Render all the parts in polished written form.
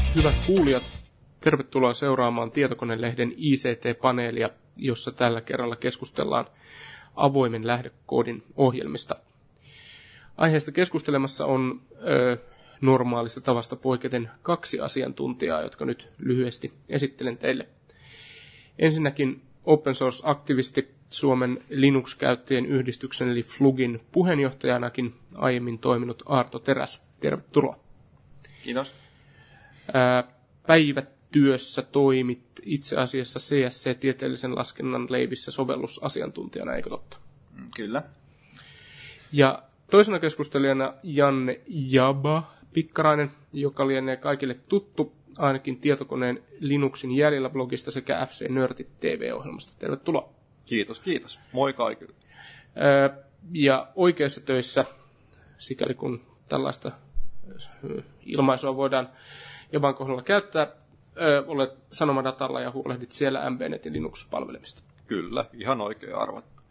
Hyvät kuulijat, tervetuloa seuraamaan Tietokonelehden ICT-paneelia, jossa tällä kerralla keskustellaan avoimen lähdekoodin ohjelmista. Aiheesta keskustelemassa on normaalista tavasta poiketen 2 asiantuntijaa, jotka nyt lyhyesti esittelen teille. Ensinnäkin open source-aktivisti Suomen Linux-käyttäjien yhdistyksen eli FLUGin puheenjohtajanakin aiemmin toiminut Arto Teräs. Tervetuloa. Kiitos. Päivätyössä toimit itse asiassa CSC-tieteellisen laskennan leivissä sovellusasiantuntijana, eikö totta? Kyllä. Ja toisena keskustelijana Janne Jaba Pikkarainen, joka lienee kaikille tuttu ainakin tietokoneen Linuxin jäljellä blogista sekä FC Nörtit TV-ohjelmasta. Tervetuloa. Kiitos, kiitos. Moi kaikille. Ja oikeissa töissä, sikäli kun tällaista ilmaisua voidaan Jaban kohdalla käyttää, olet Sanomadatalla ja huolehdit siellä MBNetin Linux-palvelimista. Kyllä, ihan oikein arvattu.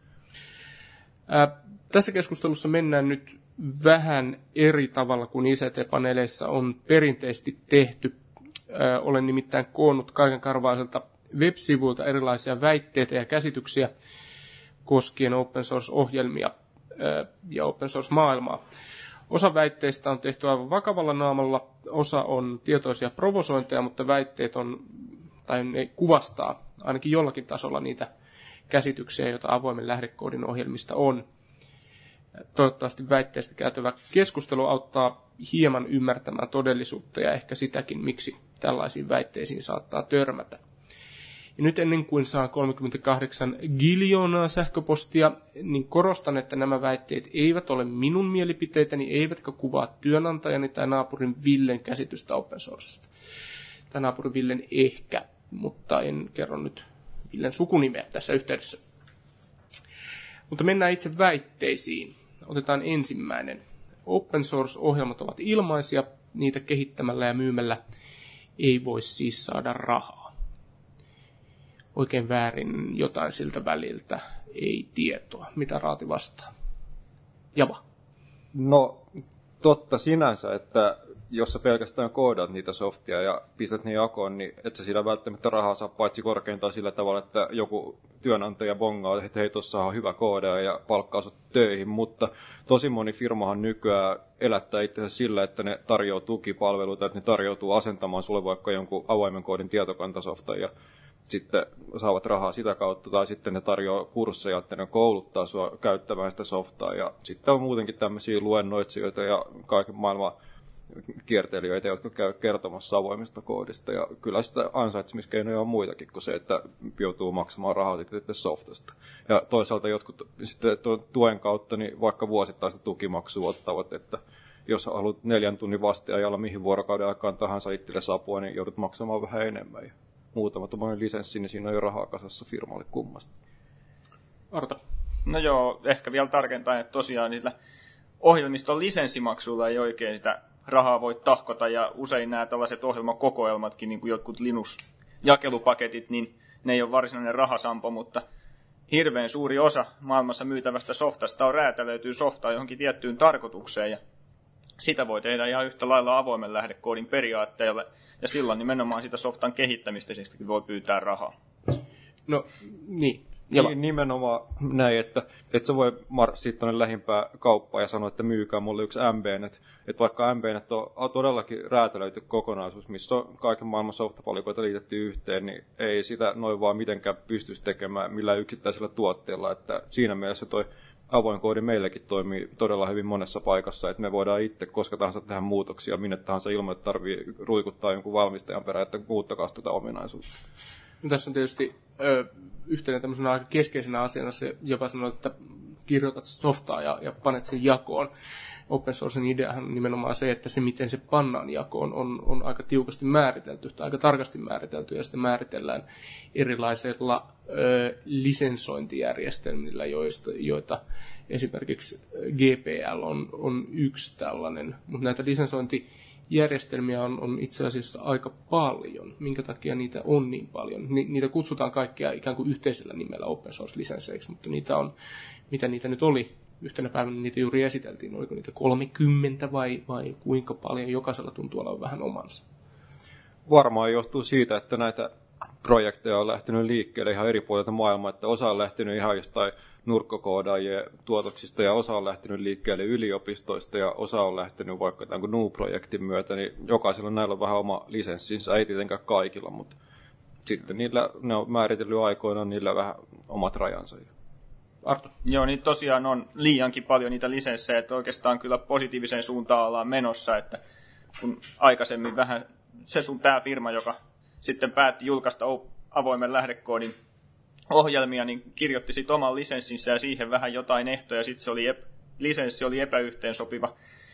Tässä keskustelussa mennään nyt vähän eri tavalla kuin ICT-paneeleissa on perinteisesti tehty. Olen nimittäin koonnut kaikenkarvaiselta web-sivuilta erilaisia väitteitä ja käsityksiä koskien open source-ohjelmia ja open source-maailmaa. Osa väitteistä on tehty aivan vakavalla naamalla, osa on tietoisia provosointeja, mutta väitteet ne kuvastaa ainakin jollakin tasolla niitä käsityksiä, joita avoimen lähdekoodin ohjelmista on. Toivottavasti väitteistä käytävä keskustelu auttaa hieman ymmärtämään todellisuutta ja ehkä sitäkin, miksi tällaisiin väitteisiin saattaa törmätä. Ja nyt ennen kuin saan 38 giljoonaa sähköpostia, niin korostan, että nämä väitteet eivät ole minun mielipiteitäni, eivätkä kuvaa työnantajani tai naapurin Villen käsitystä open sourcesta. Tai naapurin Villen ehkä, mutta en kerro nyt Villen sukunimeä tässä yhteydessä. Mutta mennään itse väitteisiin. Otetaan ensimmäinen. Open source-ohjelmat ovat ilmaisia, niitä kehittämällä ja myymällä ei voi siis saada rahaa. Oikein väärin jotain siltä väliltä, ei tietoa. Mitä Raati vastaa? Java. No, totta sinänsä, että jos sä pelkästään koodaat niitä softia ja pistät ne jakoon, niin et sä siinä välttämättä rahaa saa paitsi korkeintaan sillä tavalla, että joku työnantaja bongaa, että hei, tuossa on hyvä koodaaja ja palkkaa sut töihin, mutta tosi moni firmahan nykyään elättää itseänsä sillä, että ne tarjoaa tukipalveluita, että ne tarjoutuu asentamaan sulle vaikka jonkun avoimen koodin tietokantasoftan ja sitten saavat rahaa sitä kautta, tai sitten ne tarjoaa kursseja, että ne kouluttaa sua käyttämään sitä softaa, ja sitten on muutenkin tämmöisiä luennoitsijoita ja kaiken maailman kiertelijöitä, jotka käy kertomassa avoimesta koodista, ja kyllä sitä ansaitsemiskeinoja on muitakin kuin se, että joutuu maksamaan rahaa sitten softasta. Ja toisaalta jotkut sitten tuen kautta niin vaikka vuosittaista tukimaksua ottavat, että jos haluat 4 tunnin vasteajalla mihin vuorokauden aikaan tahansa itsellesi apua, niin joudut maksamaan vähän enemmän. Ja muutama tuommoinen lisenssi, niin siinä on jo rahaa kasassa firmalle kummasta. Arto. No joo, ehkä vielä tarkentaan, että tosiaan niillä ohjelmiston lisenssimaksuilla ei oikein sitä rahaa voi tahkota, ja usein nämä tällaiset ohjelmakokoelmatkin, niin kuin jotkut Linux-jakelupaketit, niin ne ei ole varsinainen rahasampo, mutta hirveän suuri osa maailmassa myytävästä softasta on räätälöityy softaa johonkin tiettyyn tarkoitukseen, ja sitä voi tehdä ihan yhtä lailla avoimen lähdekoodin periaatteella, ja silloin nimenomaan sitä softan kehittämistäkin voi pyytää rahaa. No, niin. Nimenomaan näin, että sä voi marssia tuonne lähimpään kauppaan ja sanoa, että myykää mulle yksi MBNet. Että vaikka MBNet on todellakin räätälöity kokonaisuus, missä on kaiken maailman softapalikoita liitetty yhteen, niin ei sitä noin vaan mitenkään pystyisi tekemään millään yksittäisellä tuotteella. Että siinä mielessä toi avoin koodi meillekin toimii todella hyvin monessa paikassa, että me voidaan itse koska tahansa tehdä muutoksia minne tahansa ilman, että tarvii ruikuttaa jonkun valmistajan perään, että muuttakaa tuota ominaisuutta. No, tässä on tietysti yhtenä tämmöisenä aika keskeisenä asiana se, jopa sanoo, että kirjoitat softaa ja panet sen jakoon. Open sourcen ideahan on nimenomaan se, että se miten se pannaan jakoon on aika tiukasti määritelty tai aika tarkasti määritelty, ja sitten määritellään erilaisilla lisensointijärjestelmillä, joita esimerkiksi GPL on yksi tällainen, mutta näitä lisensointijärjestelmiä on itse asiassa aika paljon. Minkä takia niitä on niin paljon? Niitä kutsutaan kaikkia ikään kuin yhteisellä nimellä open source-lisensseiksi, mutta niitä on, mitä niitä nyt oli, yhtenä päivänä niitä juuri esiteltiin, oliko niitä 30 vai kuinka paljon, jokaisella tuntuu olevan vähän omansa. varmaan johtuu siitä, että näitä projekteja on lähtenyt liikkeelle ihan eri puolilta maailmaa, että osa on lähtenyt ihan jostain nurkkakoodaajien tuotoksista ja osa on lähtenyt liikkeelle yliopistoista ja osa on lähtenyt vaikka tämän GNU-projektin myötä, niin jokaisella näillä on vähän oma lisenssinsä, ei tietenkään kaikilla, mutta sitten ne on määritellyt aikoinaan, niillä vähän omat rajansa. Arto. Joo, niin tosiaan on liiankin paljon niitä lisenssejä, että oikeastaan kyllä positiiviseen suuntaan ollaan menossa, että kun aikaisemmin vähän tämä firma, joka sitten päätti julkaista avoimen lähdekoodin ohjelmia, niin kirjoitti sitten oman lisenssinsä ja siihen vähän jotain ehtoja, sitten lisenssi oli epäyhteensopiva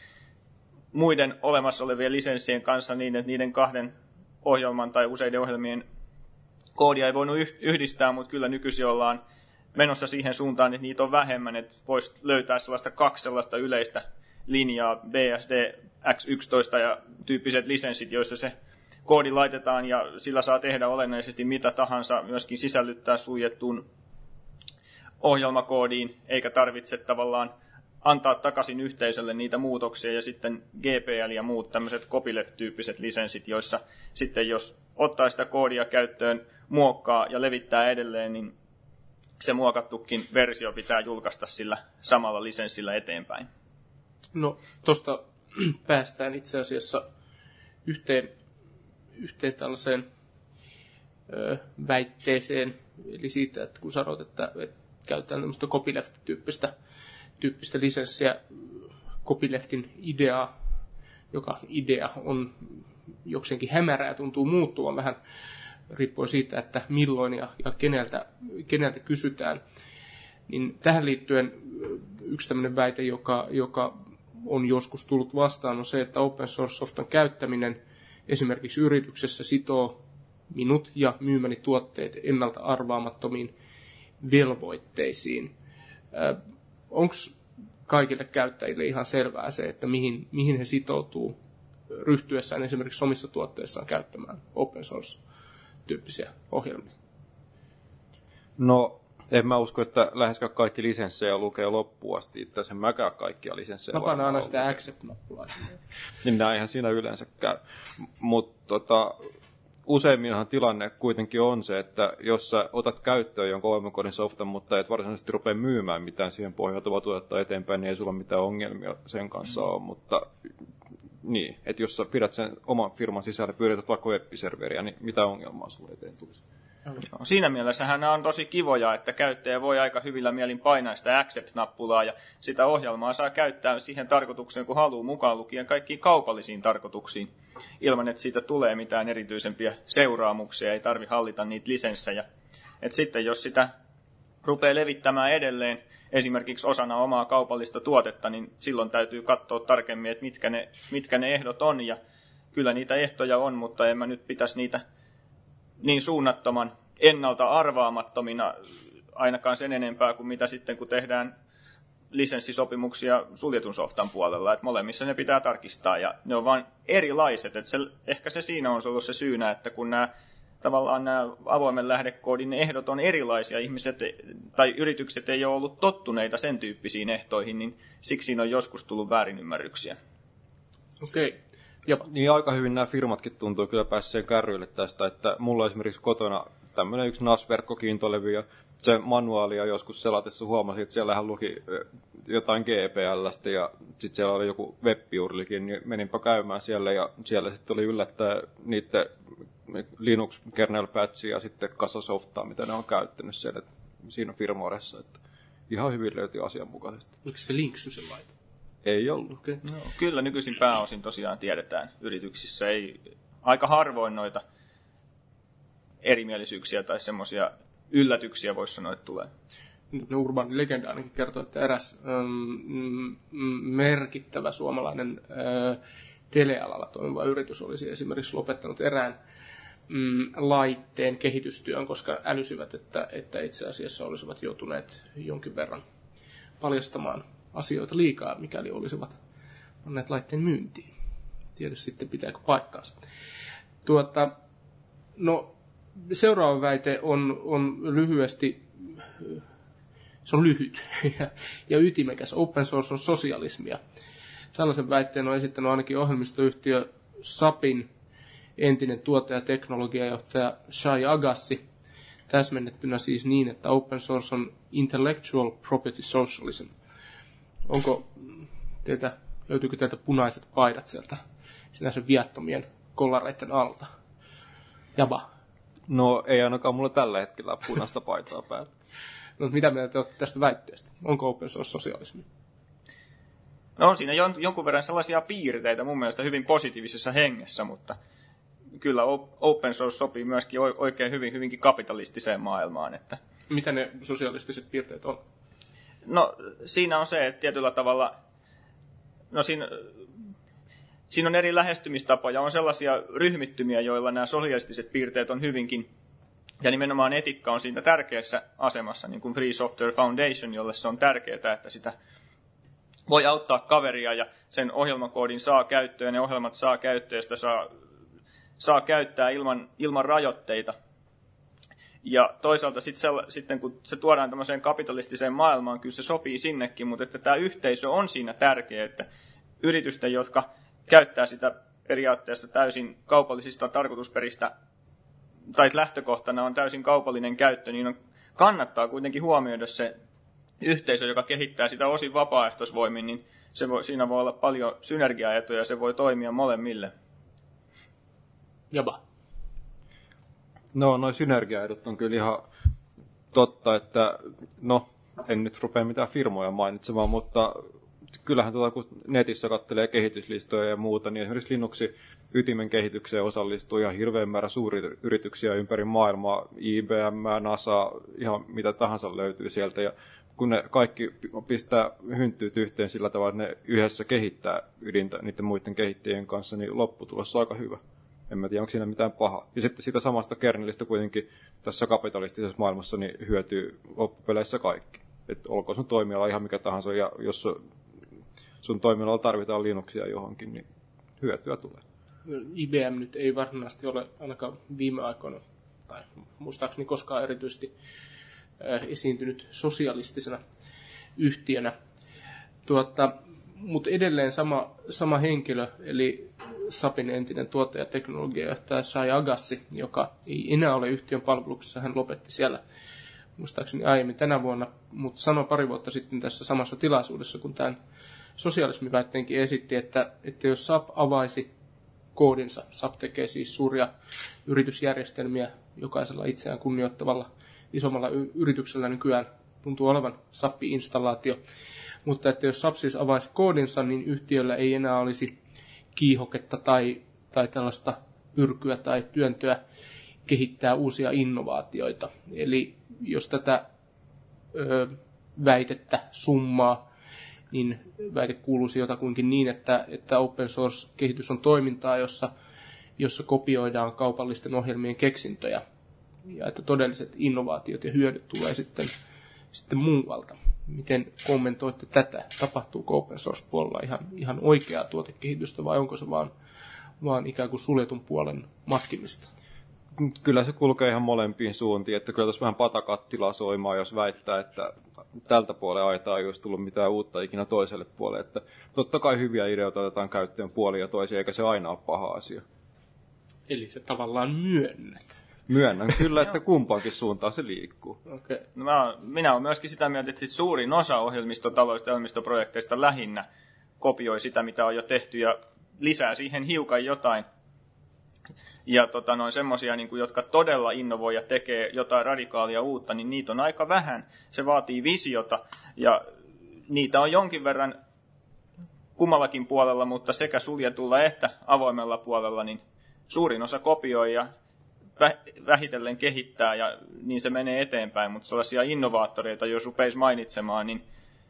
muiden olemassa olevien lisenssien kanssa niin, että niiden kahden ohjelman tai useiden ohjelmien koodia ei voinut yhdistää, mutta kyllä nykyisin ollaan menossa siihen suuntaan, että niitä on vähemmän, että voisi löytää kaksi sellaista yleistä linjaa, BSD, X11 ja tyyppiset lisenssit, joissa se koodi laitetaan ja sillä saa tehdä olennaisesti mitä tahansa, myöskin sisällyttää suljettuun ohjelmakoodiin, eikä tarvitse tavallaan antaa takaisin yhteisölle niitä muutoksia, ja sitten GPL ja muut tämmöiset copyleft-tyyppiset lisenssit, joissa sitten jos ottaa sitä koodia käyttöön, muokkaa ja levittää edelleen, niin se muokattukin versio pitää julkaista sillä samalla lisenssillä eteenpäin. No, tuosta päästään itse asiassa yhteen tällaiseen väitteeseen, eli siitä, että kun sanot, että käytetään tämmöistä copyleft-tyyppistä lisenssiä, copyleftin ideaa, joka idea on jokseenkin hämärää ja tuntuu muuttuvan vähän riippuen siitä, että milloin ja keneltä kysytään. Niin tähän liittyen yksi tämmöinen väite, joka on joskus tullut vastaan, on se, että open source softan käyttäminen esimerkiksi yrityksessä sitoo minut ja myymäni tuotteet ennalta arvaamattomiin velvoitteisiin. Onko kaikille käyttäjille ihan selvää se, että mihin he sitoutuu ryhtyessään esimerkiksi omissa tuotteissaan käyttämään open source-tyyppisiä ohjelmia? No, en mä usko, että läheskään kaikki lisenssejä lukee loppuun asti. Itse asiassa mäkään kaikkia lisenssejä. Mä panen aina sitä accept-nappulaa. Niin näinhän siinä yleensä käy. Mutta useimminhan tilanne kuitenkin on se, että jos sä otat käyttöön jonkun ohjelmakodin softan, mutta et varsinaisesti rupea myymään mitään siihen pohjautuvaa tuotetta eteenpäin, niin ei sulla mitään ongelmia sen kanssa ole. Mutta niin, että jos sä pidät sen oman firman sisällä, pyörität vaikka web-serveriä, niin mitä ongelmaa sulle eteen tulisi? No, siinä mielessähän nämä on tosi kivoja, että käyttäjä voi aika hyvillä mielin painaa sitä accept-nappulaa ja sitä ohjelmaa saa käyttää siihen tarkoitukseen, kun haluaa, mukaan lukien kaikkiin kaupallisiin tarkoituksiin, ilman että siitä tulee mitään erityisempiä seuraamuksia, ei tarvitse hallita niitä lisenssejä. Et sitten jos sitä rupeaa levittämään edelleen esimerkiksi osana omaa kaupallista tuotetta, niin silloin täytyy katsoa tarkemmin, että mitkä ne ehdot on, ja kyllä niitä ehtoja on, mutta en mä nyt pitäisi niitä niin suunnattoman ennalta arvaamattomina ainakaan sen enempää kuin mitä sitten, kun tehdään lisenssisopimuksia suljetun softan puolella. Että molemmissa ne pitää tarkistaa ja ne on vain erilaiset. Että ehkä se siinä on ollut se syynä, että kun nämä avoimen lähdekoodin ehdot on erilaisia, ihmiset tai yritykset ei ole ollut tottuneita sen tyyppisiin ehtoihin, niin siksi siinä on joskus tullut väärinymmärryksiä. Okei. Jop. Niin aika hyvin nämä firmatkin tuntuu kyllä päässeen kärryille tästä, että mulla on esimerkiksi kotona tämmöinen yksi NAS-verkkokiintolevy ja se manuaalia joskus selatessa huomasin, että siellähän luki jotain GPL:stä ja sitten siellä oli joku web-urlikin, niin meninpä käymään siellä ja siellä sitten oli yllättää niiden Linux kernel patchia ja sitten kasasoftaa, mitä ne on käyttänyt siellä siinä firmwaressa, että ihan hyvin löytyi asianmukaisesti. Oliko se Linksy se laite? Ei ollut. Okay. No, kyllä nykyisin pääosin tosiaan tiedetään yrityksissä. Ei aika harvoin noita erimielisyyksiä tai semmoisia yllätyksiä voisi sanoa, että tulee. Urban legenda ainakin kertoo, että eräs merkittävä suomalainen telealalla toimiva yritys olisi esimerkiksi lopettanut erään laitteen kehitystyön, koska älysivät, että itse asiassa olisivat joutuneet jonkin verran paljastamaan asioita liikaa, mikäli olisivat panneet laitteen myyntiin. Tiedä sitten, pitääkö paikkaansa. No, seuraava väite on lyhyesti, se on lyhyt ja ytimekäs. Open source on sosialismia. Tällaisen väitteen on esittänyt ainakin ohjelmistoyhtiö SAPin entinen tuote- ja teknologiajohtaja Shai Agassi, täsmennettynä siis niin, että open source on intellectual property socialism. Löytyykö teiltä punaiset paidat sieltä sinänsä viattomien kollareiden alta? Jaba. No ei ainakaan mulla tällä hetkellä punaista paitaa päällä. No, mitä mieltä te olette tästä väitteestä? Onko open source sosialismi? No on siinä jonkun verran sellaisia piirteitä mun mielestä hyvin positiivisessa hengessä, mutta kyllä open source sopii myöskin oikein hyvinkin kapitalistiseen maailmaan. Että mitä ne sosialistiset piirteet on? No siinä on se, että tietyllä tavalla, no siinä on eri lähestymistapoja, on sellaisia ryhmittymiä, joilla nämä sosialistiset piirteet on hyvinkin, ja nimenomaan etiikka on siinä tärkeässä asemassa, niin kuin Free Software Foundation, jolle se on tärkeää, että sitä voi auttaa kaveria ja sen ohjelmakoodin saa käyttöön, ne ohjelmat saa käyttöön, ja sitä saa käyttää ilman rajoitteita. Ja toisaalta sitten kun se tuodaan tämmöiseen kapitalistiseen maailmaan, kyllä se sopii sinnekin, mutta että tämä yhteisö on siinä tärkeä, että yritysten, jotka käyttää sitä periaatteessa täysin kaupallisista tarkoitusperistä, tai lähtökohtana on täysin kaupallinen käyttö, niin kannattaa kuitenkin huomioida se yhteisö, joka kehittää sitä osin vapaaehtoisvoimin, niin siinä voi olla paljon synergiaetuja ja se voi toimia molemmille. Jaba. No, noi synergiaedut on kyllä ihan totta, että no, en nyt rupea mitään firmoja mainitsemaan, mutta kyllähän kun netissä katselee kehityslistoja ja muuta, niin esimerkiksi Linuxin ytimen kehitykseen osallistuu ihan hirveän määrä suuria yrityksiä ympäri maailmaa, IBM, NASA, ihan mitä tahansa löytyy sieltä, ja kun ne kaikki pistää hynttyyt yhteen sillä tavalla, että ne yhdessä kehittää ydintä niiden muiden kehittäjien kanssa, niin lopputulos on aika hyvä. En mä tiedä, onko siinä mitään pahaa. Ja sitten siitä samasta kernelistä kuitenkin tässä kapitalistisessa maailmassa niin hyötyy loppupeleissä kaikki. Että olkoon sun toimiala ihan mikä tahansa, ja jos sun toimialalla tarvitaan Linuxia johonkin, niin hyötyä tulee. IBM nyt ei varsinaisesti ole ainakaan viime aikoina, tai muistaakseni koskaan erityisesti esiintynyt sosialistisena yhtiönä. Mutta edelleen sama henkilö, eli SAPin entinen tuote- ja teknologiajohtaja Shai Agassi, joka ei enää ole yhtiön palveluksessa, hän lopetti siellä muistaakseni aiemmin tänä vuonna, mutta sanoi pari vuotta sitten tässä samassa tilaisuudessa, kun tämän sosialismiväitteenkin esitti, että jos SAP avaisi koodinsa, SAP tekee siis suuria yritysjärjestelmiä jokaisella itseään kunnioittavalla isommalla yrityksellä nykyään tuntuu olevan SAP-installaatio, mutta että jos SAP siis avaisi koodinsa, niin yhtiöllä ei enää olisi kiihoketta tai tällaista pyrkyä tai työntöä kehittää uusia innovaatioita. Eli jos tätä väitettä summaa, niin väite kuuluisi jotakuinkin niin, että open source-kehitys on toimintaa, jossa kopioidaan kaupallisten ohjelmien keksintöjä, ja että todelliset innovaatiot ja hyödyt tulee sitten muualta. Miten kommentoitte tätä? Tapahtuuko open source-puolella ihan oikeaa tuotekehitystä vai onko se vaan ikään kuin suljetun puolen matkimista? Kyllä se kulkee ihan molempiin suuntiin, että kyllä tässä vähän patakattilaa soimaa, jos väittää, että tältä puolella aitaa ei olisi tullut mitään uutta ikinä toiselle puolelle. Että totta kai hyviä ideoita otetaan käyttöön puolin ja toisiin, eikä se aina ole paha asia. Eli se tavallaan myönnät. Myönnän kyllä, että kumpaankin suuntaan se liikkuu. Okay. No minä olen myöskin sitä mieltä, että suurin osa ohjelmistotaloista ja ohjelmistoprojekteista lähinnä kopioi sitä, mitä on jo tehty, ja lisää siihen hiukan jotain. Ja semmoisia, niin jotka todella innovoi ja tekee jotain radikaalia uutta, niin niitä on aika vähän. Se vaatii visiota, ja niitä on jonkin verran kummallakin puolella, mutta sekä suljetulla että avoimella puolella, niin suurin osa kopioi ja vähitellen kehittää, ja niin se menee eteenpäin. Mutta sellaisia innovaattoreita, jos rupeisi mainitsemaan, niin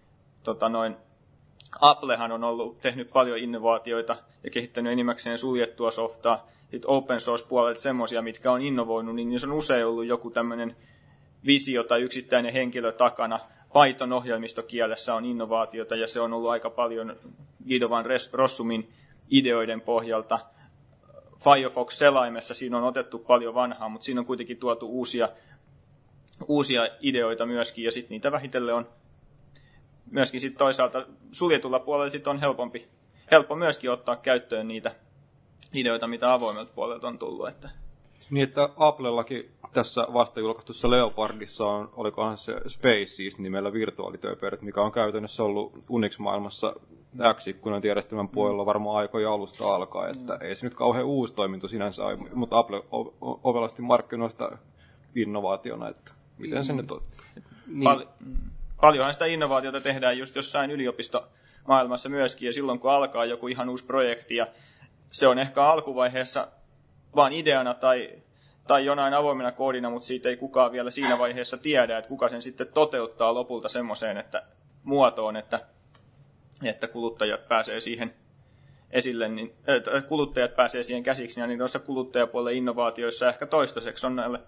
Applehan on tehnyt paljon innovaatioita ja kehittänyt enimmäkseen suljettua softaa. Sitten open source-puolelta semmoisia, mitkä on innovoinut, niin se on usein ollut joku tämmöinen visio tai yksittäinen henkilö takana. Python-ohjelmistokielessä on innovaatiota, ja se on ollut aika paljon Guido van Rossumin ideoiden pohjalta. Firefox-selaimessa siinä on otettu paljon vanhaa, mutta siinä on kuitenkin tuotu uusia ideoita myöskin, ja sitten niitä vähitellen on myöskin sit toisaalta suljetulla puolella sit on helppo myöskin ottaa käyttöön niitä ideoita, mitä avoimelta puolelta on tullut. Että. Niin, että Applellakin tässä vasta julkaistussa Leopardissa on, olikohan se Spaces nimellä virtuaalityöpöydät, mikä on käytännössä ollut Unix-maailmassa X-ikkunan järjestelmän puolella varmaan aikoja alusta alkaa, että ei se nyt kauhean uusi toiminto sinänsä ole, mutta Apple ovelasti markkinoista innovaationa, että miten se nyt on. Niin. Paljonhan sitä innovaatiota tehdään just jossain yliopistomaailmassa myöskin, ja silloin kun alkaa joku ihan uusi projekti, ja se on ehkä alkuvaiheessa vaan ideana tai jonain avoimena koodina, mutta siitä ei kukaan vielä siinä vaiheessa tiedä, että kuka sen sitten toteuttaa lopulta semmoiseen muotoon, että kuluttajat pääsee siihen esille, niin, kuluttajat pääsee siihen käsiksi, ja niin noissa kuluttajapuolen innovaatioissa ehkä toistaiseksi on näille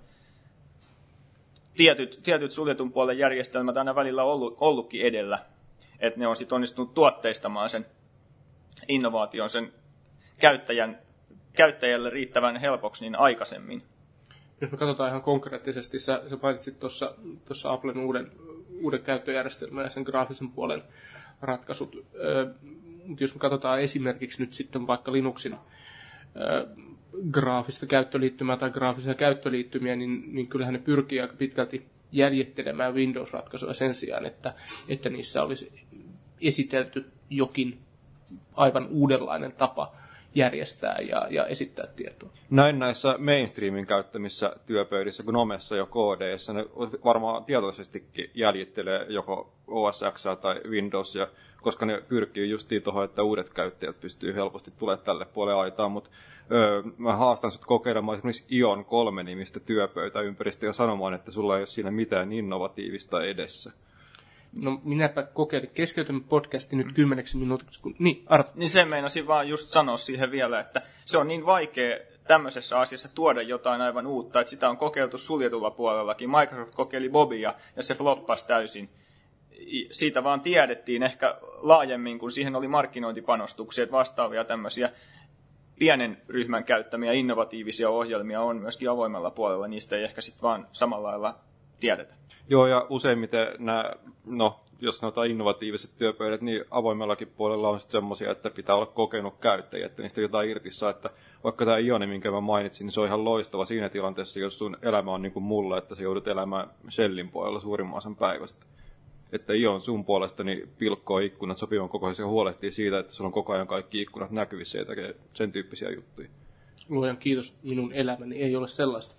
tietyt suljetun puolen järjestelmät aina välillä ollutkin edellä, että ne on sitten onnistunut tuotteistamaan sen innovaation sen käyttäjälle riittävän helpoksi niin aikaisemmin. Jos me katsotaan ihan konkreettisesti, sä mainitsit tuossa Applen uuden käyttöjärjestelmän ja sen graafisen puolen ratkaisut. Jos me katsotaan esimerkiksi nyt sitten vaikka Linuxin graafista käyttöliittymää tai graafisia käyttöliittymiä, niin kyllähän ne pyrkii aika pitkälti jäljittelemään Windows-ratkaisuja sen sijaan, että niissä olisi esitelty jokin aivan uudenlainen tapa järjestää ja esittää tietoa. Näin näissä mainstreamin käyttämissä työpöydissä, kun Omessa ja KD:ssä, ne varmaan tietoisestikin jäljittelee joko OS X tai Windows, koska ne pyrkii justiin tuohon, että uudet käyttäjät pystyy helposti tulemaan tälle puolelle aitaan, mutta mä haastan sut kokeilemaan esimerkiksi Ion 3-nimistä työpöytäympäristöä ja sanomaan, että sulla ei ole siinä mitään innovatiivista edessä. No minäpä kokeilin. Keskeytämme podcastin nyt 10 minuutiksi. Niin, Arto. Niin sen meinasin vaan just sanoa siihen vielä, että se on niin vaikea tämmöisessä asiassa tuoda jotain aivan uutta, että sitä on kokeiltu suljetulla puolellakin. Microsoft kokeili Bobia ja se floppasi täysin. Siitä vaan tiedettiin ehkä laajemmin, kun siihen oli markkinointipanostuksia, että vastaavia tämmöisiä pienen ryhmän käyttämiä innovatiivisia ohjelmia on myöskin avoimella puolella. Niistä ei ehkä sitten vaan samalla lailla tiedetä. Joo, ja useimmiten nämä, jos sanotaan innovatiiviset työpöydät, niin avoimellakin puolella on sitten semmoisia, että pitää olla kokenut käyttäjä, että niistä jotain irti saa, että vaikka tämä Ioni, minkä mä mainitsin, niin se on ihan loistava siinä tilanteessa, jos sun elämä on niin kuin mulla, että sä joudut elämään Shellin puolella suurimman osan päivästä. Että Ion sun puolesta niin pilkkoo ikkunat sopivan kokoisia ja huolehtii siitä, että sulla on koko ajan kaikki ikkunat näkyvissä ja tekee sen tyyppisiä juttuja. Luojan kiitos, minun elämäni ei ole sellaista.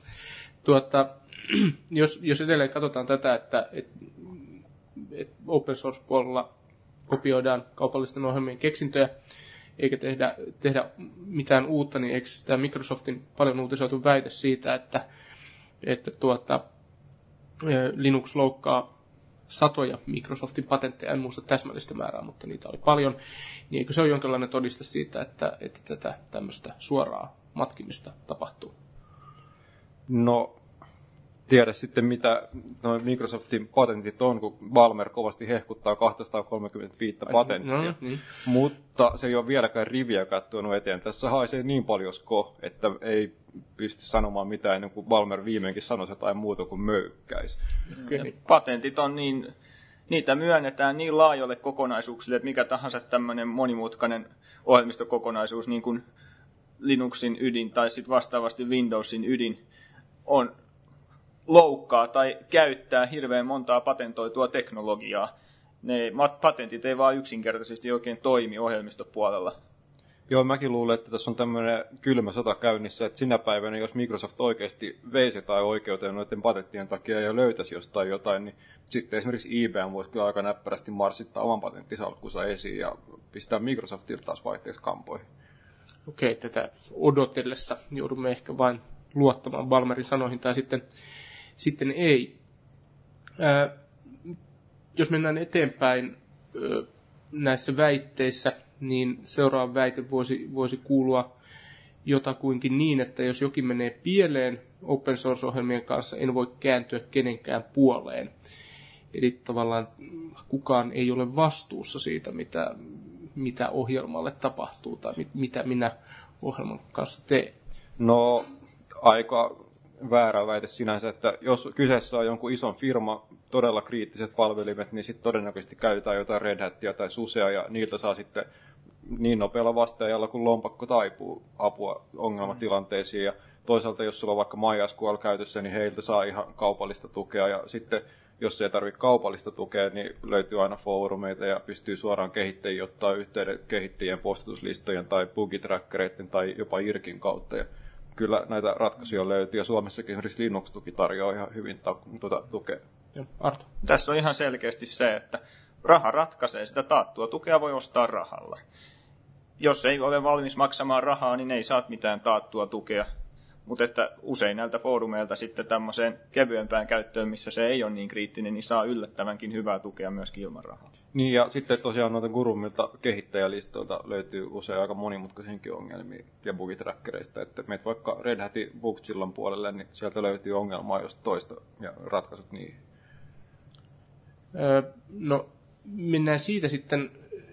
Jos edelleen katsotaan tätä, että open source puolella kopioidaan kaupallisten ohjelmien keksintöjä, eikä tehdä mitään uutta, niin eikö tämä Microsoftin paljon uutisoitu väite siitä, että Linux loukkaa satoja Microsoftin patentteja, en muista täsmällistä määrää, mutta niitä oli paljon, niin eikö se ole jonkinlainen todiste siitä, että tätä tämmöistä suoraa matkimista tapahtuu? No, tiedä sitten, mitä Microsoftin patentit on, kun Balmer kovasti hehkuttaa 235 patenttia. Niin. Mutta se ei ole vieläkään riviäkään tuonut eteen. Tässä haisee niin paljon että ei pysty sanomaan mitään ennen kuin Balmer viimeinkin sanoisi jotain muuta kuin möykkäisi. Okay. Patentit on niin, niitä myönnetään niin laajoille kokonaisuuksille, että mikä tahansa tämmöinen monimutkainen ohjelmistokokonaisuus, niin kuin Linuxin ydin tai sitten vastaavasti Windowsin ydin, on loukkaa tai käyttää hirveän montaa patentoitua teknologiaa. Ne patentit ei vaan yksinkertaisesti oikein toimi ohjelmistopuolella. Joo, mäkin luulen, että tässä on tämmöinen kylmä sota käynnissä, että sinä päivänä, jos Microsoft oikeasti veisi jotain oikeuteen noiden patenttien takia ja löytäisi jostain jotain, niin sitten esimerkiksi IBM voisi kyllä aika näppärästi marssittaa oman patenttisalkkunsa esiin ja pistää Microsoftilta taas vaihteeksi kampoihin. Okei, tätä odotellessa joudumme ehkä vain luottamaan Balmerin sanoihin tai sitten ei. Jos mennään eteenpäin näissä väitteissä, niin seuraava väite voisi kuulua jotakuinkin niin, että jos jokin menee pieleen open source-ohjelmien kanssa, en voi kääntyä kenenkään puoleen. Eli tavallaan kukaan ei ole vastuussa siitä, mitä ohjelmalle tapahtuu tai mitä minä ohjelman kanssa teen. No, aika väärä väite sinänsä, että jos kyseessä on jonkun ison firma, todella kriittiset palvelimet, niin sitten todennäköisesti käytetään jotain Red Hatia tai SUSEa, ja niiltä saa sitten niin nopealla vastaajalla kuin lompakko taipuu apua ongelmatilanteisiin. Ja toisaalta, jos sulla on vaikka MySQL käytössä, niin heiltä saa ihan kaupallista tukea. Ja sitten, jos ei tarvitse kaupallista tukea, niin löytyy aina foorumeita ja pystyy suoraan kehittäjiin ottaa yhteyden kehittäjien postituslistojen tai bugitrackereiden tai jopa IRKin kautta. Ja kyllä näitä ratkaisuja löytyy, ja Suomessakin esimerkiksi Linux-tuki tarjoaa ihan hyvin tukea. Arto. Tässä on ihan selkeästi se, että raha ratkaisee, sitä taattua tukea voi ostaa rahalla. Jos ei ole valmis maksamaan rahaa, niin ei saa mitään taattua tukea. Mutta että usein näiltä foorumeilta sitten tämmöiseen kevyempään käyttöön, missä se ei ole niin kriittinen, niin saa yllättävänkin hyvää tukea myöskin ilman rahaa. Niin, ja sitten tosiaan noita Gurumilta kehittäjälistoilta löytyy usein aika monimutkaisiinkin ongelmia ja bugitrackereista. Että meet vaikka Red Hatin Bookzillan puolelle, niin sieltä löytyy ongelmaa jos toista ja ratkaisut niihin. No, mennään siitä sitten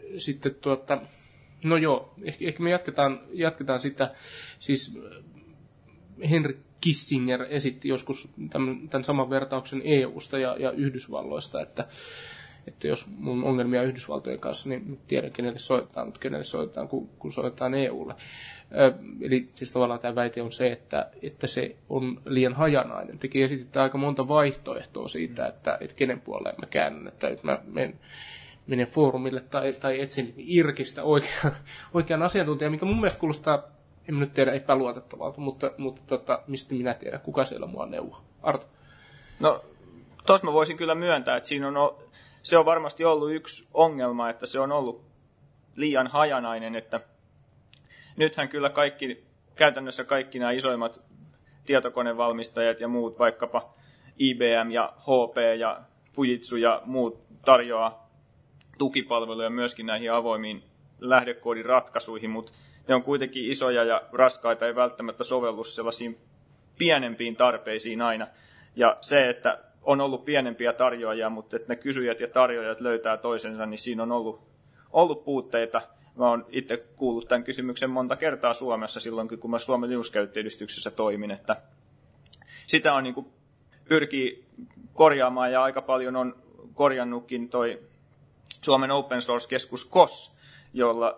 no joo, ehkä me jatketaan sitä, siis Henry Kissinger esitti joskus tämän saman vertauksen EUsta ja Yhdysvalloista, että jos mun on ongelmia Yhdysvaltojen kanssa, niin tiedän kenelle soitetaan, mutta kenelle soitetaan, kun soitetaan EUlle. Eli siis tavallaan tämä väite on se, että se on liian hajanainen. Tekin esititte aika monta vaihtoehtoa siitä, että kenen puolelle mä käännän, että mä menen foorumille tai etsin IRKistä oikean asiantuntijan, mikä mun mielestä kuulostaa, en nyt tiedä, epäluotettavalta, mutta mistä minä tiedän, kuka siellä mua neuvoo. Arto? No, tuossa mä voisin kyllä myöntää, että se on varmasti ollut yksi ongelma, että se on ollut liian hajanainen, että nythän kyllä käytännössä kaikki nämä isoimmat tietokonevalmistajat ja muut, vaikkapa IBM ja HP ja Fujitsu ja muut tarjoaa tukipalveluja myöskin näihin avoimiin lähdekoodin ratkaisuihin, mutta ne on kuitenkin isoja ja raskaita, ei välttämättä sovellu sellaisiin pienempiin tarpeisiin aina. Ja se, että on ollut pienempiä tarjoajia, mutta että ne kysyjät ja tarjoajat löytää toisensa, niin siinä on ollut puutteita. Mä oon itse kuullut tämän kysymyksen monta kertaa Suomessa silloin, kun mä Suomen Linux-käyttäjäyhdistyksessä toimin, että sitä on niin kuin pyrkii korjaamaan ja aika paljon on korjannutkin toi Suomen Open Source-keskus KOS, jolla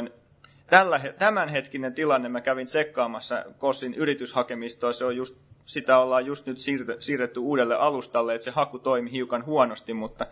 tämänhetkinen tilanne, mä kävin tsekkaamassa KOSin yrityshakemistoa, sitä ollaan just nyt siirretty uudelle alustalle, että se haku toimi hiukan huonosti, mutta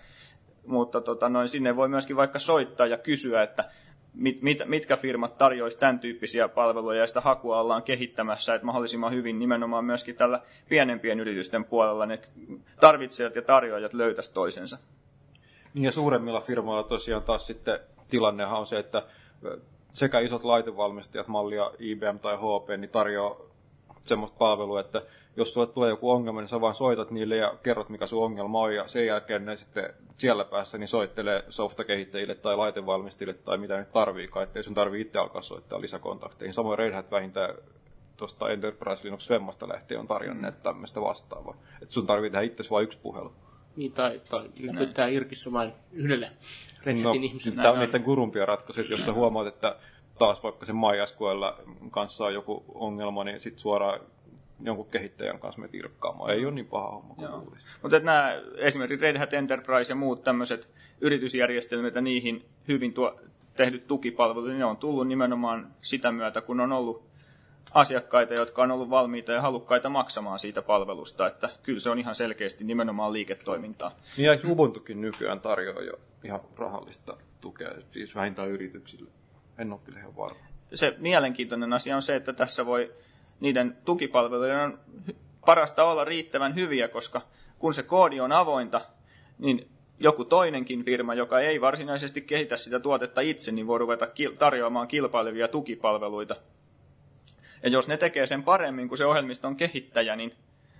sinne voi myöskin vaikka soittaa ja kysyä, että mitkä firmat tarjoaisi tämän tyyppisiä palveluja, ja sitä hakua ollaan kehittämässä, että mahdollisimman hyvin nimenomaan myöskin tällä pienempien yritysten puolella ne tarvitsijat ja tarjoajat löytäisi toisensa. Niin ja suuremmilla firmoilla tosiaan taas sitten tilannehan on se, että sekä isot laitevalmistajat, mallia IBM tai HP, niin tarjoaa semmoista palvelua, että jos sulle tulee joku ongelma, niin sä vaan soitat niille ja kerrot, mikä sun ongelma on, ja sen jälkeen ne sitten siellä päässä niin soittelee softakehittäjille tai laitevalmistajille tai mitä nyt tarviikaan, ettei sun tarvii itse alkaa soittaa lisäkontakteihin. Samoin Red Hat vähintään tuosta Enterprise Linux Femmasta lähtien on tarjonneet tämmöistä vastaavaa. Että sun tarvii tehdä itse vain yksi puhelu. Niin, tai näyttää IRKissa vain yhdelle Red Hatin ihmiselle. Tämä on niiden gurumpia ratkaisuja, jos sä huomaat, että taas vaikka sen MySQL kanssa on joku ongelma, niin sitten suoraan jonkun kehittäjän kanssa me tirkkaamaan. Ei ole niin paha homma kuin luulisi. Mutta nämä esimerkiksi Red Hat Enterprise ja muut tämmöiset yritysjärjestelmät ja niihin hyvin tehdyt tukipalvelut, niin ne on tullut nimenomaan sitä myötä, kun on ollut asiakkaita, jotka on ollut valmiita ja halukkaita maksamaan siitä palvelusta. Että kyllä se on ihan selkeästi nimenomaan liiketoimintaa. Niin ja Ubuntukin nykyään tarjoaa jo ihan rahallista tukea, siis vähintään yrityksille. En ole kyllä ihan varma. Se mielenkiintoinen asia on se, että tässä voi niiden tukipalvelujen on parasta olla riittävän hyviä, koska kun se koodi on avointa, niin joku toinenkin firma, joka ei varsinaisesti kehitä sitä tuotetta itse, niin voi ruveta tarjoamaan kilpailevia tukipalveluita. Ja jos ne tekee sen paremmin kuin se ohjelmiston kehittäjä, niin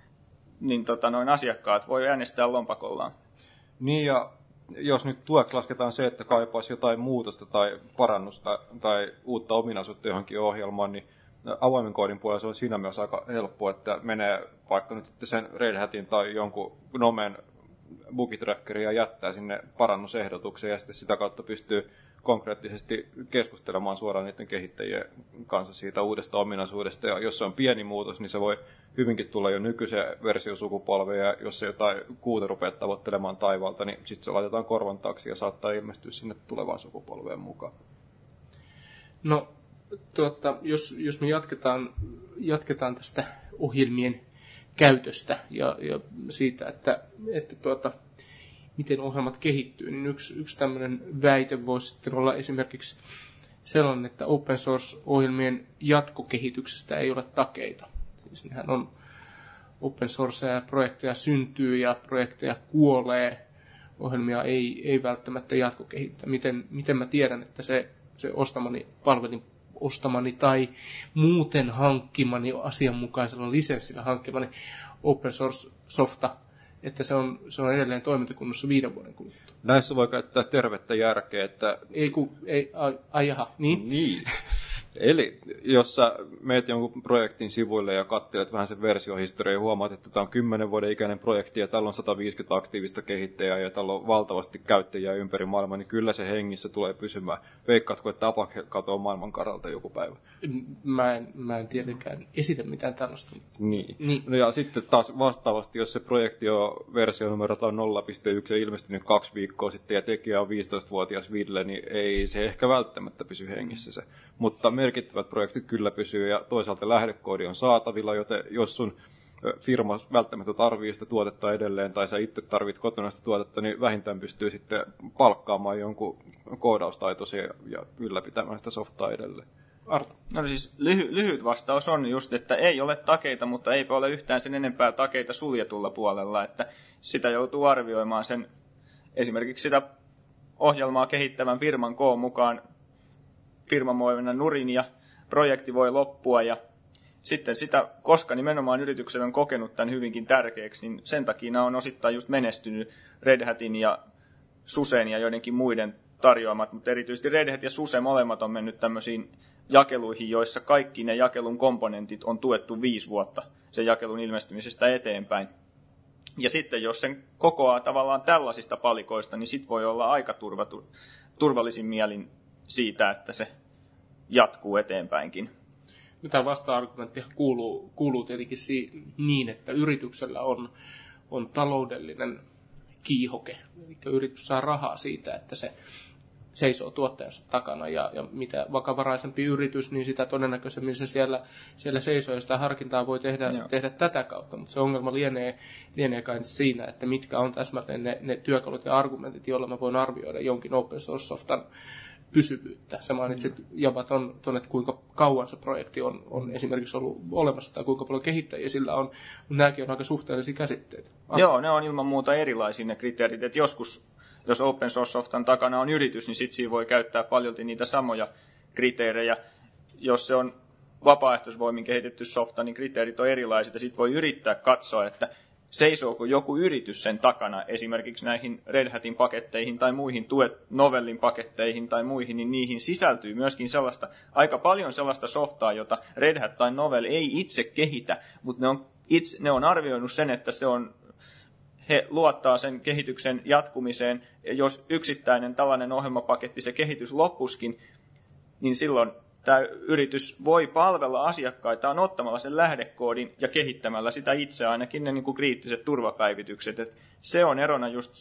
asiakkaat voi äänestää lompakollaan. Niin ja jos nyt tueksi lasketaan se, että kaipaisi jotain muutosta tai parannusta tai uutta ominaisuutta johonkin ohjelmaan, niin avoimen koodin puolella se on siinä mielessä aika helppoa, että menee vaikka nyt sen Red Hatin tai jonkun Nomen bugitrackerin ja jättää sinne parannusehdotuksen ja sitten sitä kautta pystyy konkreettisesti keskustelemaan suoraan niiden kehittäjien kanssa siitä uudesta ominaisuudesta. Ja jos se on pieni muutos, niin se voi hyvinkin tulla jo nykyiseen versiosukupolveen, ja jos se jotain kuuta rupeaa tavoittelemaan taivaalta, niin sitten se laitetaan korvan taakse ja saattaa ilmestyä sinne tulevaan sukupolveen mukaan. No, jos me jatketaan tästä ohjelmien käytöstä ja siitä, että miten ohjelmat kehittyy, niin yksi tämmöinen väite voisi sitten olla esimerkiksi sellainen, että open source-ohjelmien jatkokehityksestä ei ole takeita. Siis nehän on open sourceja, projekteja syntyy ja projekteja kuolee, ohjelmia ei välttämättä jatkokehittä. Miten mä tiedän, että se ostamani tai muuten hankkimani asianmukaisella lisenssillä hankkimani open source softa, että se on edelleen toimintakunnossa 5 vuoden kuluttua. Näissä voi käyttää tervettä järkeä, että... Jaha, niin? Niin. Eli jos sä meet jonkun projektin sivuille ja katselet vähän sen versiohistoriaa ja huomaat, että tämä on 10 vuoden ikäinen projekti ja täällä on 150 aktiivista kehittäjää ja täällä on valtavasti käyttäjiä ympäri maailmaa, niin kyllä se hengissä tulee pysymään. Veikkaatko, että Apache katoaa maailman karalta joku päivä? Mä en tietenkään esitä mitään tällaista. Niin. No ja sitten taas vastaavasti, jos se projekti on versionumeroltaan 0.1 ja ilmestynyt 2 viikkoa sitten ja tekijä on 15-vuotias Ville, niin ei se ehkä välttämättä pysy hengissä se. Mutta merkittävät projektit kyllä pysyy ja toisaalta lähdekoodi on saatavilla, joten jos sun firma välttämättä tarvitsee sitä tuotetta edelleen tai sä itse tarvit kotona sitä tuotetta, niin vähintään pystyy sitten palkkaamaan jonkun koodaustaitoisia ja ylläpitämään sitä softaa edelleen. Arto. No siis lyhyt vastaus on just, että ei ole takeita, mutta eipä ole yhtään sen enempää takeita suljetulla puolella, että sitä joutuu arvioimaan sen esimerkiksi sitä ohjelmaa kehittävän firman koon mukaan firman voi mennä nurin ja projekti voi loppua ja sitten sitä, koska nimenomaan yritykset on kokenut tämän hyvinkin tärkeäksi, niin sen takia nämä on osittain just menestynyt Red Hatin ja SUSEn ja joidenkin muiden tarjoamat, mutta erityisesti Red Hat ja SUSE molemmat on mennyt tämmöisiin jakeluihin, joissa kaikki ne jakelun komponentit on tuettu 5 vuotta sen jakelun ilmestymisestä eteenpäin. Ja sitten jos sen kokoaa tavallaan tällaisista palikoista, niin sit voi olla aika turvallisin mielin siitä, että se jatkuu eteenpäinkin. Tämä vasta-argumentti kuuluu tietenkin niin, että yrityksellä on taloudellinen kiihoke. Eli yritys saa rahaa siitä, että se seisoo tuottajansa takana. Ja mitä vakavaraisempi yritys, niin sitä todennäköisemmin se siellä seisoo. Ja sitä harkintaa voi tehdä tätä kautta. Mutta se ongelma lienee kai siinä, että mitkä on täsmälleen ne työkalut ja argumentit, joilla mä voin arvioida jonkin open source softan pysyvyyttä. Sä mainitsit Java että kuinka kauan se projekti on esimerkiksi ollut olemassa tai kuinka paljon kehittäjiä sillä on, mutta nämäkin on aika suhteellisia käsitteitä. Joo, ne on ilman muuta erilaisia ne kriteerit, että joskus, jos open source softan takana on yritys, niin sitten siinä voi käyttää paljolti niitä samoja kriteerejä. Jos se on vapaaehtoisvoimin kehitetty softa, niin kriteerit on erilaiset ja sitten voi yrittää katsoa, että seisooko joku yritys sen takana, esimerkiksi näihin Red Hatin paketteihin tai muihin Novellin paketteihin tai muihin, niin niihin sisältyy myöskin aika paljon sellaista softaa, jota Red Hat tai Novell ei itse kehitä, mutta ne on arvioinut sen, että he luottaa sen kehityksen jatkumiseen, ja jos yksittäinen tällainen ohjelmapaketti, se kehitys loppuskin, niin silloin tämä yritys voi palvella asiakkaitaan ottamalla sen lähdekoodin ja kehittämällä sitä itse, ainakin ne niin kuin kriittiset turvapäivitykset. Et se on erona just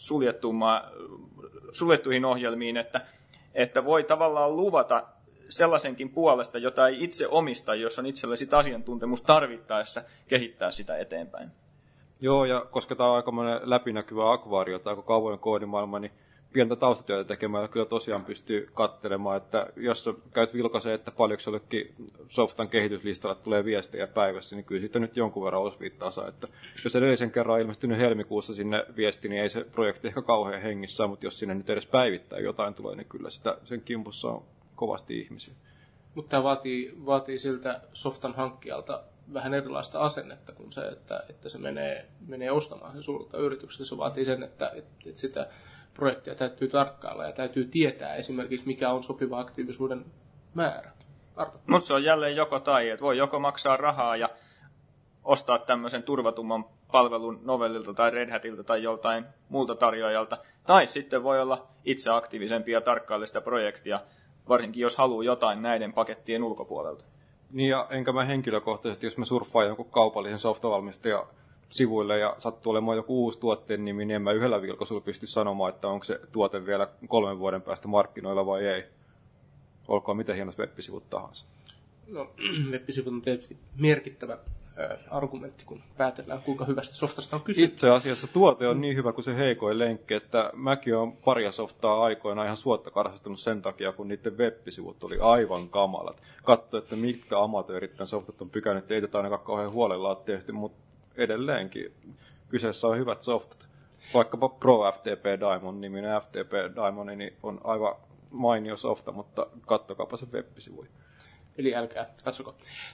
suljettuihin ohjelmiin, että voi tavallaan luvata sellaisenkin puolesta, jota ei itse omista, jos on itsellä sitä asiantuntemus tarvittaessa kehittää sitä eteenpäin. Joo, ja koska tämä on aika läpinäkyvä akvaario, tai koko avoin koodimaailma, niin pientä taustatyötä tekemällä kyllä tosiaan pystyy katselemaan, että jos sä käyt vilkaisee, että paljonko jollekin softan kehityslistalla tulee viestejä päivässä, niin kyllä siitä nyt jonkun verran osviittaa saa. Että jos edellisen kerran on ilmestynyt helmikuussa sinne viesti, niin ei se projekti ehkä kauhean hengissä, mutta jos sinne nyt edes päivittää jotain tulee, niin kyllä sen kimpussa on kovasti ihmisiä. Mutta tämä vaatii siltä softan hankkijalta vähän erilaista asennetta kuin se, että se menee ostamaan sen suurta yrityksestä. Se vaatii sen, että sitä projektia täytyy tarkkailla ja täytyy tietää esimerkiksi, mikä on sopiva aktiivisuuden määrä. Mutta se on jälleen joko tai, että voi joko maksaa rahaa ja ostaa tämmöisen turvatumman palvelun Novellilta tai Red Hatilta tai joltain muulta tarjoajalta, tai sitten voi olla itse aktiivisempi ja tarkkailla sitä projektia, varsinkin jos haluaa jotain näiden pakettien ulkopuolelta. Niin ja enkä mä henkilökohtaisesti, jos mä surffaan jonkun kaupallisen softavalmistajan sivuille ja sattuu olemaan joku uusi tuotteen nimi, niin en mä yhdellä vilkaisulla pysty sanomaan, että onko se tuote vielä 3 vuoden päästä markkinoilla vai ei. olkoon miten hienot web-sivut tahansa. No, web-sivut on tietysti merkittävä argumentti, kun päätellään, kuinka hyvästä softasta on kyse. Itse asiassa tuote on niin hyvä kuin se heikoin lenkki, että mäkin olen paria softaa aikoina ihan suotta karsastunut sen takia, kun niiden web-sivut oli aivan kamalat. Katso, että mitkä amatöörit tämän softat on pykännyt, ei tätä ainakaan kauhean huolella ole tehty, mutta edelleenkin kyseessä on hyvät softat. Vaikkapa Pro FTP Diamond niminen FTP Diamond niin on aivan mainio softa, mutta kattokaapa se web-sivuja. Eli älkää, katsoko.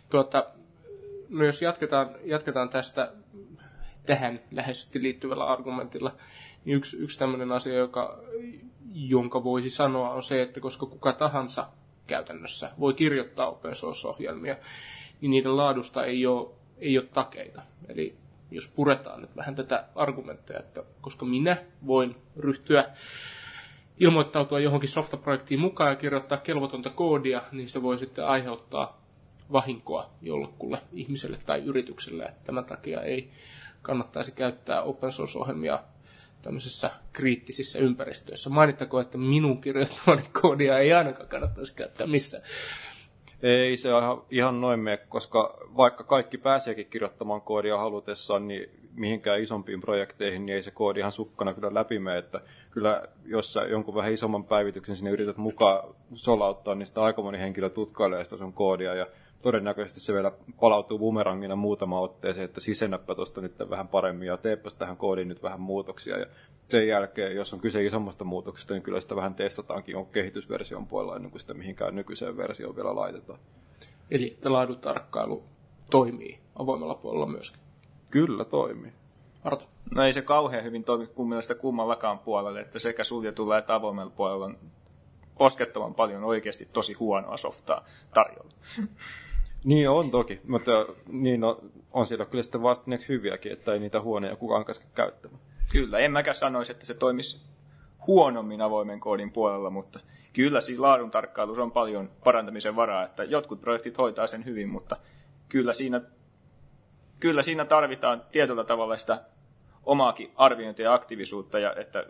No jos jatketaan tästä tähän läheisesti liittyvällä argumentilla, niin yksi tämmöinen asia, jonka voisi sanoa, on se, että koska kuka tahansa käytännössä voi kirjoittaa open source-ohjelmia, niin niiden laadusta ei ole takeita. Eli jos puretaan nyt vähän tätä argumenttia, että koska minä voin ryhtyä ilmoittautua johonkin softaprojektiin mukaan ja kirjoittaa kelvotonta koodia, niin se voi sitten aiheuttaa vahinkoa jollekulle ihmiselle tai yritykselle. Että tämän takia ei kannattaisi käyttää open source-ohjelmia tämmöisissä kriittisissä ympäristöissä. Mainittakoon, että minun kirjoittamani koodia ei ainakaan kannattaisi käyttää missään. Ei se ihan noin mene, koska vaikka kaikki pääseekin kirjoittamaan koodia halutessaan, niin mihinkään isompiin projekteihin, niin ei se koodi ihan sukkana kyllä läpi mene. Että kyllä jos sä jonkun vähän isomman päivityksen sinne yrität mukaan solauttaa, niin sitä aika moni henkilö tutkailee sitä sun koodia. Ja todennäköisesti se vielä palautuu bumerangina muutama otteeseen, että sisennäpä tuosta nyt vähän paremmin ja teepäs tähän koodiin nyt vähän muutoksia. Ja sen jälkeen, jos on kyse isommasta muutoksesta, niin kyllä sitä vähän testataankin on kehitysversion puolella ennen kuin sitä mihinkään nykyiseen versioon vielä laitetaan. Eli että laaduntarkkailu toimii avoimella puolella myöskin. Kyllä toimii. Arto? No ei se kauhean hyvin toimi mun mielestä kummallakaan puolella, että sekä suljetulla että avoimella puolella on poskettoman paljon oikeasti tosi huonoa softaa tarjolla. Niin on toki, mutta niin on siellä kyllä sitten vastineeksi hyviäkin, että ei niitä huoneja kukaan käske käyttämään. Kyllä, en mäkään sanoisi, että se toimisi huonommin avoimen koodin puolella, mutta kyllä siis laadun tarkkailussa on paljon parantamisen varaa, että jotkut projektit hoitaa sen hyvin, mutta kyllä siinä tarvitaan tietyllä tavalla sitä omaakin arviointia ja aktiivisuutta, ja että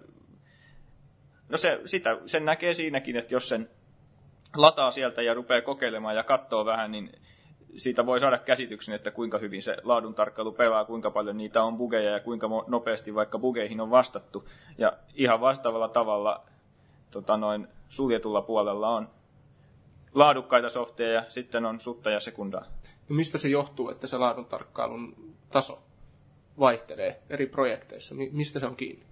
no sen näkee siinäkin, että jos sen lataa sieltä ja rupeaa kokeilemaan ja katsoo vähän, niin siitä voi saada käsityksen, että kuinka hyvin se laadun tarkkailu pelaa, kuinka paljon niitä on bugeja ja kuinka nopeasti vaikka bugeihin on vastattu. Ja ihan vastaavalla tavalla suljetulla puolella on laadukkaita softeja ja sitten on sutta ja sekundaa. No mistä se johtuu, että se laadun tarkkailun taso vaihtelee eri projekteissa? Mistä se on kiinni?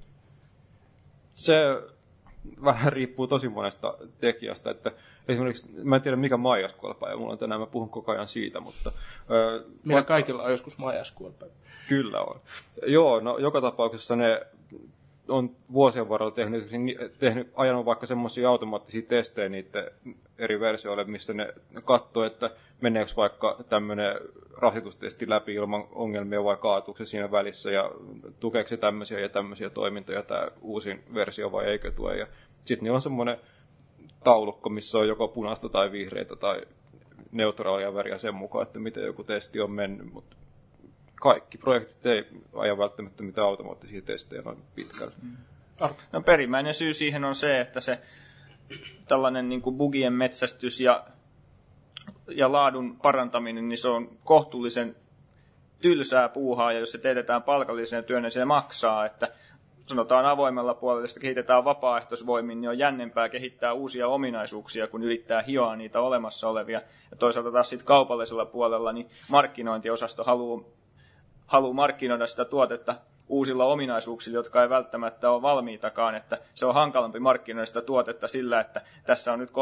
Se vähän riippuu tosi monesta tekijästä, että esimerkiksi, mä en tiedä mikä MySQL-päivä mulla on tänään, mä puhun koko ajan siitä, mutta meillä kaikilla on joskus MySQL-päivä. Kyllä on. Joo, no joka tapauksessa ne on vuosien varrella ajanut vaikka semmoisia automaattisia testejä niiden eri versioille, missä ne katsoo, että meneekö vaikka tämmöinen rasitustesti läpi ilman ongelmia vai kaatuuko se siinä välissä ja tukeeko se tämmöisiä ja tämmöisiä toimintoja tämä uusin versio vai eikö tue. Ja sitten niillä on semmoinen taulukko, missä on joko punaista tai vihreitä tai neutraalia väriä sen mukaan, että miten joku testi on mennyt, mutta kaikki projektit ei aja välttämättä mitään automaattisia testejä noin pitkälle. No, perimmäinen syy siihen on se, että se tällainen niin kuin bugien metsästys ja laadun parantaminen, niin se on kohtuullisen tylsää puuhaa, ja jos se teetetään palkallisena työnä, niin se maksaa, että sanotaan avoimella puolella, jos kehitetään vapaaehtoisvoimin, niin on jännempää kehittää uusia ominaisuuksia, kun yrittää hioa niitä olemassa olevia. Ja toisaalta taas sitten kaupallisella puolella, niin markkinointiosasto haluaa markkinoida sitä tuotetta uusilla ominaisuuksilla, jotka ei välttämättä ole valmiitakaan, että se on hankalampi markkinoida sitä tuotetta sillä, että tässä on nyt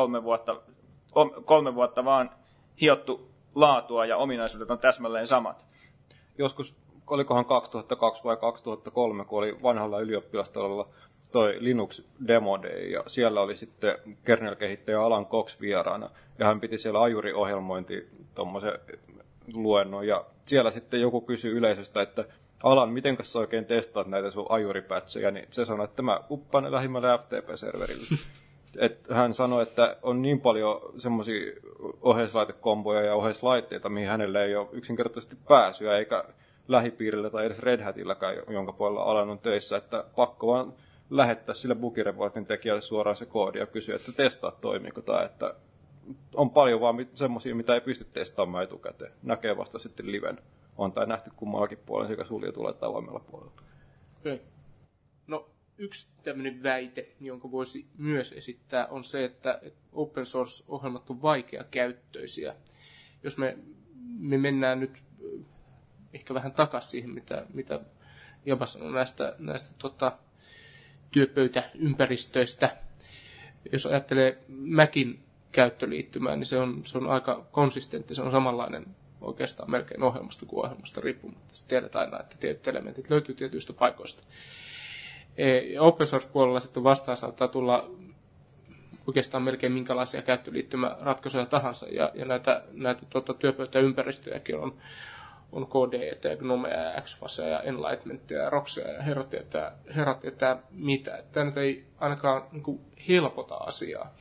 3 vuotta vaan hiottu laatua ja ominaisuudet on täsmälleen samat. Joskus, olikohan 2002 vai 2003, kun oli vanhalla ylioppilastalolla toi Linux Demo Day, ja siellä oli sitten kernel-kehittäjä Alan Cox vieraana, ja hän piti siellä ajuriohjelmointi tommosen luennon, ja siellä sitten joku kysyi yleisöstä, että Alan, mitenkäs sä oikein testaat näitä sun ajuripätsejä, niin se sanoi, että mä uppaan ne lähimmälle FTP-serverille. Hän sanoi, että on niin paljon semmoisia oheislaitekomboja ja oheislaitteita, mihin hänelle ei ole yksinkertaisesti pääsyä, eikä lähipiirillä tai edes Red Hatilläkään, jonka puolella Alan on töissä, että pakko vaan lähettää sille bugireportin tekijälle suoraan se koodi ja kysyä, että testaa toimiiko tämä, että on paljon vaan semmoisia, mitä ei pysty testaamaan etukäteen. Näkee vasta sitten liven. On tai nähty kummallakin puolella sekä suljetulla että avoimella puolella. Okay. No, yksi tämmöinen väite, jonka voisi myös esittää, on se, että open source-ohjelmat on vaikeakäyttöisiä. Jos me mennään nyt ehkä vähän takaisin siihen, mitä Jaba sanoi näistä työpöytäympäristöistä. Jos ajattelee Macin käyttöliittymää, niin se on aika konsistentti. Se on samanlainen oikeastaan melkein ohjelmasta kuin ohjelmasta riippumatta. Sitten tiedät aina, että tietyt elementit löytyy tietyistä paikoista. Ja open source-puolella sitten vastaan saattaa tulla oikeastaan melkein minkälaisia käyttöliittymäratkaisuja tahansa. Ja näitä työpöytäympäristöjäkin on KDE ja Gnomea ja XFASea ja Enlightenmentia ja Roxia ja herra tietää mitä. Tämä nyt ei ainakaan niin kuin helpota asiaa.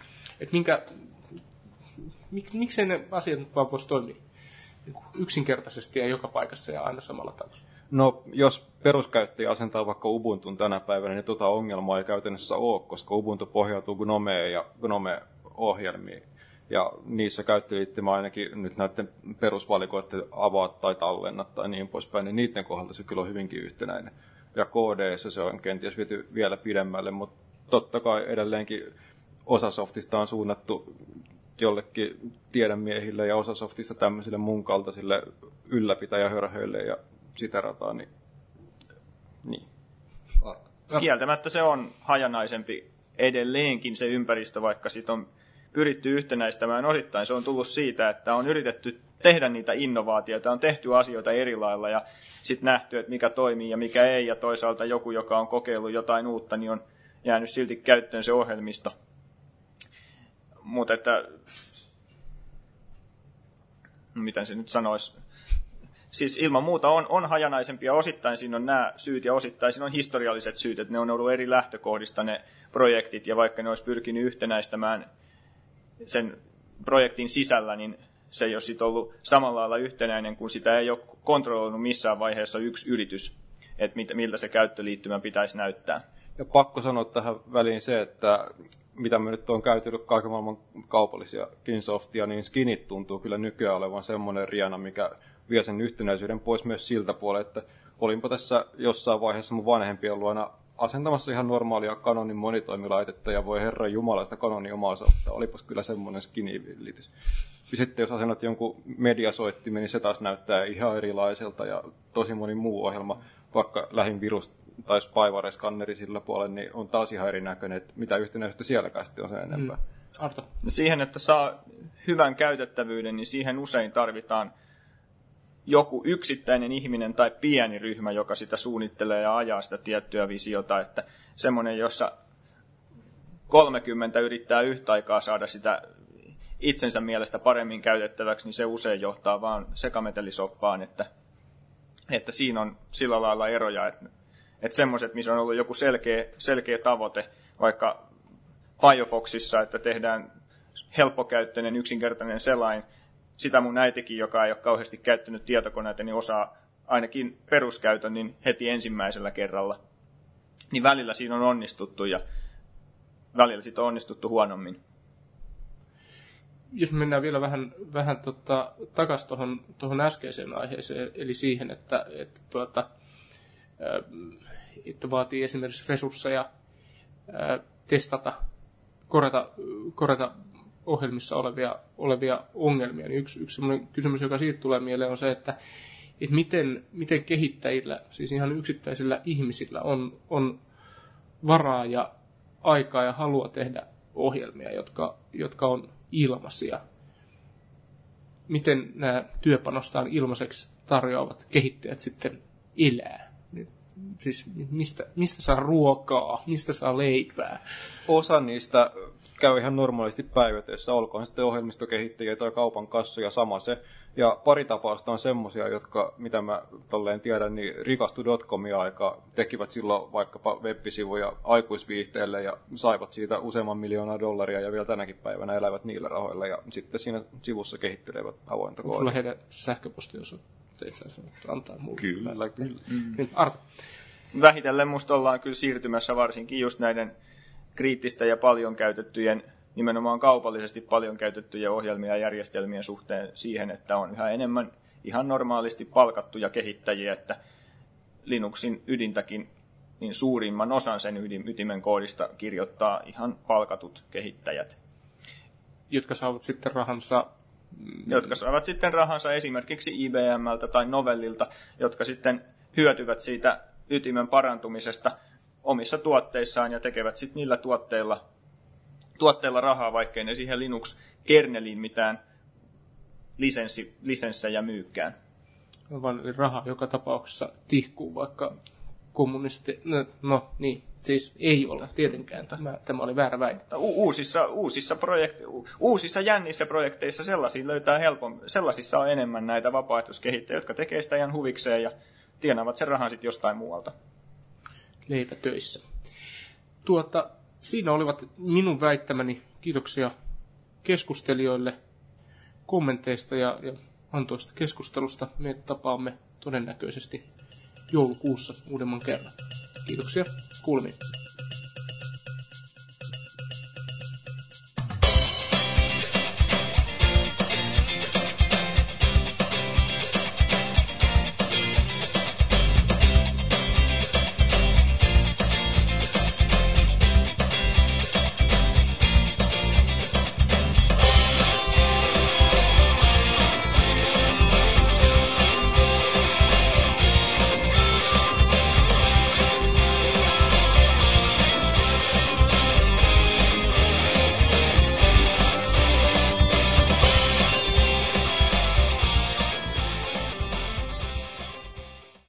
Miksei ne asiat nyt vaan voisi toimia niin kuin yksinkertaisesti ja joka paikassa ja aina samalla tavalla? No, jos peruskäyttäjä asentaa vaikka Ubuntun tänä päivänä, niin tuota ongelmaa ei käytännössä ole, koska Ubuntu pohjautuu Gnomeen ja Gnome-ohjelmiin. Ja niissä käyttöliittymä ainakin nyt näiden perusvalikoiden avaat tai tallennat tai niin poispäin, niin niiden kohdalta se kyllä on hyvinkin yhtenäinen. Ja KD:ssä se on kenties viety vielä pidemmälle, mutta totta kai edelleenkin osa softista on suunnattu jollekin tiedemiehille ja osa softista tämmöisille mun kaltaisille ylläpitäjähörhöille ja sitä rataa, niin. Kieltämättä se on hajanaisempi edelleenkin se ympäristö, vaikka sit on pyritty yhtenäistämään osittain. Se on tullut siitä, että on yritetty tehdä niitä innovaatioita, on tehty asioita eri lailla ja sitten nähty, että mikä toimii ja mikä ei. Ja toisaalta joku, joka on kokeillut jotain uutta, niin on jäänyt silti käyttöön se ohjelmisto. Mutta että, miten se nyt sanoisi, siis ilman muuta on hajanaisempia. Osittain siinä on nämä syyt ja osittain siinä on historialliset syyt, että ne on ollut eri lähtökohdista ne projektit ja vaikka ne olisi pyrkinyt yhtenäistämään sen projektin sisällä, niin se ei ole sit ollut samalla lailla yhtenäinen, kun sitä ei ole kontrolloinut missään vaiheessa yksi yritys, että miltä se käyttöliittymä pitäisi näyttää. Ja pakko sanoa tähän väliin se, että mitä me nyt on käytellyt kaiken maailman kaupallisiakin softia, niin skinit tuntuu kyllä nykyään olevan semmoinen riana, mikä vie sen yhtenäisyyden pois myös siltä puolella, että olinpa tässä jossain vaiheessa mun vanhempien luona asentamassa ihan normaalia Canonin monitoimilaitetta ja voi herran jumalaista Canonin omaa softaa. Olipas kyllä semmoinen skinivillitys. Sitten jos asennat jonkun mediasoittimen, niin se taas näyttää ihan erilaiselta ja tosi moni muu ohjelma, vaikka lähin virus tai spyware-skanneri sillä puolella, niin on taas ihan erinäköinen, että mitä yhtenäisyyttä sielläkään sitten on sen enempää. Arto. Siihen, että saa hyvän käytettävyyden, niin siihen usein tarvitaan joku yksittäinen ihminen tai pieni ryhmä, joka sitä suunnittelee ja ajaa sitä tiettyä visiota, että semmoinen, jossa 30 yrittää yhtä aikaa saada sitä itsensä mielestä paremmin käytettäväksi, niin se usein johtaa vaan sekametelisoppaan, että siinä on sillä lailla eroja, että semmoiset, missä on ollut joku selkeä tavoite, vaikka Firefoxissa, että tehdään helppokäyttöinen, yksinkertainen selain. Sitä mun äitikin, joka ei ole kauheasti käyttänyt tietokoneita, niin osaa ainakin peruskäytön niin heti ensimmäisellä kerralla. Niin välillä siinä on onnistuttu ja välillä siitä on onnistuttu huonommin. Jos mennään vielä vähän takaisin tuohon äskeiseen aiheeseen, eli siihen, että vaatii esimerkiksi resursseja testata, korjata ohjelmissa olevia ongelmia, niin yksi sellainen kysymys, joka siitä tulee mieleen, on se, että miten kehittäjillä, siis ihan yksittäisillä ihmisillä on varaa ja aikaa ja halua tehdä ohjelmia, jotka on ilmaisia. Miten nämä työpanostaan ilmaiseksi tarjoavat kehittäjät sitten elää? Siis mistä saa ruokaa, mistä saa leipää? Osa niistä käy ihan normaalisti päivätöissä, olkoon sitten ohjelmistokehittäjiä tai kaupan kassoja, sama se. Ja pari tapausta on semmoisia, jotka, mitä mä tolleen tiedän, niin rikastu.comia aika tekivät silloin vaikkapa web-sivuja aikuisviihteelle ja saivat siitä useamman miljoonaa dollaria ja vielä tänäkin päivänä elävät niillä rahoilla ja sitten siinä sivussa kehittelevät avointa koodia. Onko sulla heidän sähköpostiosoitteita antaa mulle? Kyllä. Niin, Arto. Vähitellen musta ollaan kyllä siirtymässä varsinkin just näiden kriittisten ja paljon käytettyjen nimenomaan kaupallisesti paljon käytettyjä ohjelmia ja järjestelmien suhteen siihen, että on yhä enemmän ihan normaalisti palkattuja kehittäjiä, että Linuxin ydintäkin niin suurimman osan sen ytimen koodista kirjoittaa ihan palkatut kehittäjät. Jotka saavat sitten rahansa... Jotka saavat sitten rahansa esimerkiksi IBMltä tai Novellilta, jotka sitten hyötyvät siitä ytimen parantumisesta omissa tuotteissaan ja tekevät sitten niillä tuotteilla rahaa, vaikkei ne siihen Linux-kerneliin mitään lisenssejä myykään. Vaan raha joka tapauksessa tihkuu, vaikka kommunisti... No niin, siis ei ole tietenkään. Tämä oli väärä väite. Uusissa jännissä projekteissa sellaisissa on enemmän näitä vapaaehtoiskehittäjiä, jotka tekee sitä ihan huvikseen ja tienaavat sen rahan sitten jostain muualta. Leipätöissä. Siinä olivat minun väittämäni. Kiitoksia keskustelijoille kommenteista ja antoista keskustelusta. Me tapaamme todennäköisesti joulukuussa uudemman kerran. Kiitoksia. Kuulemiin.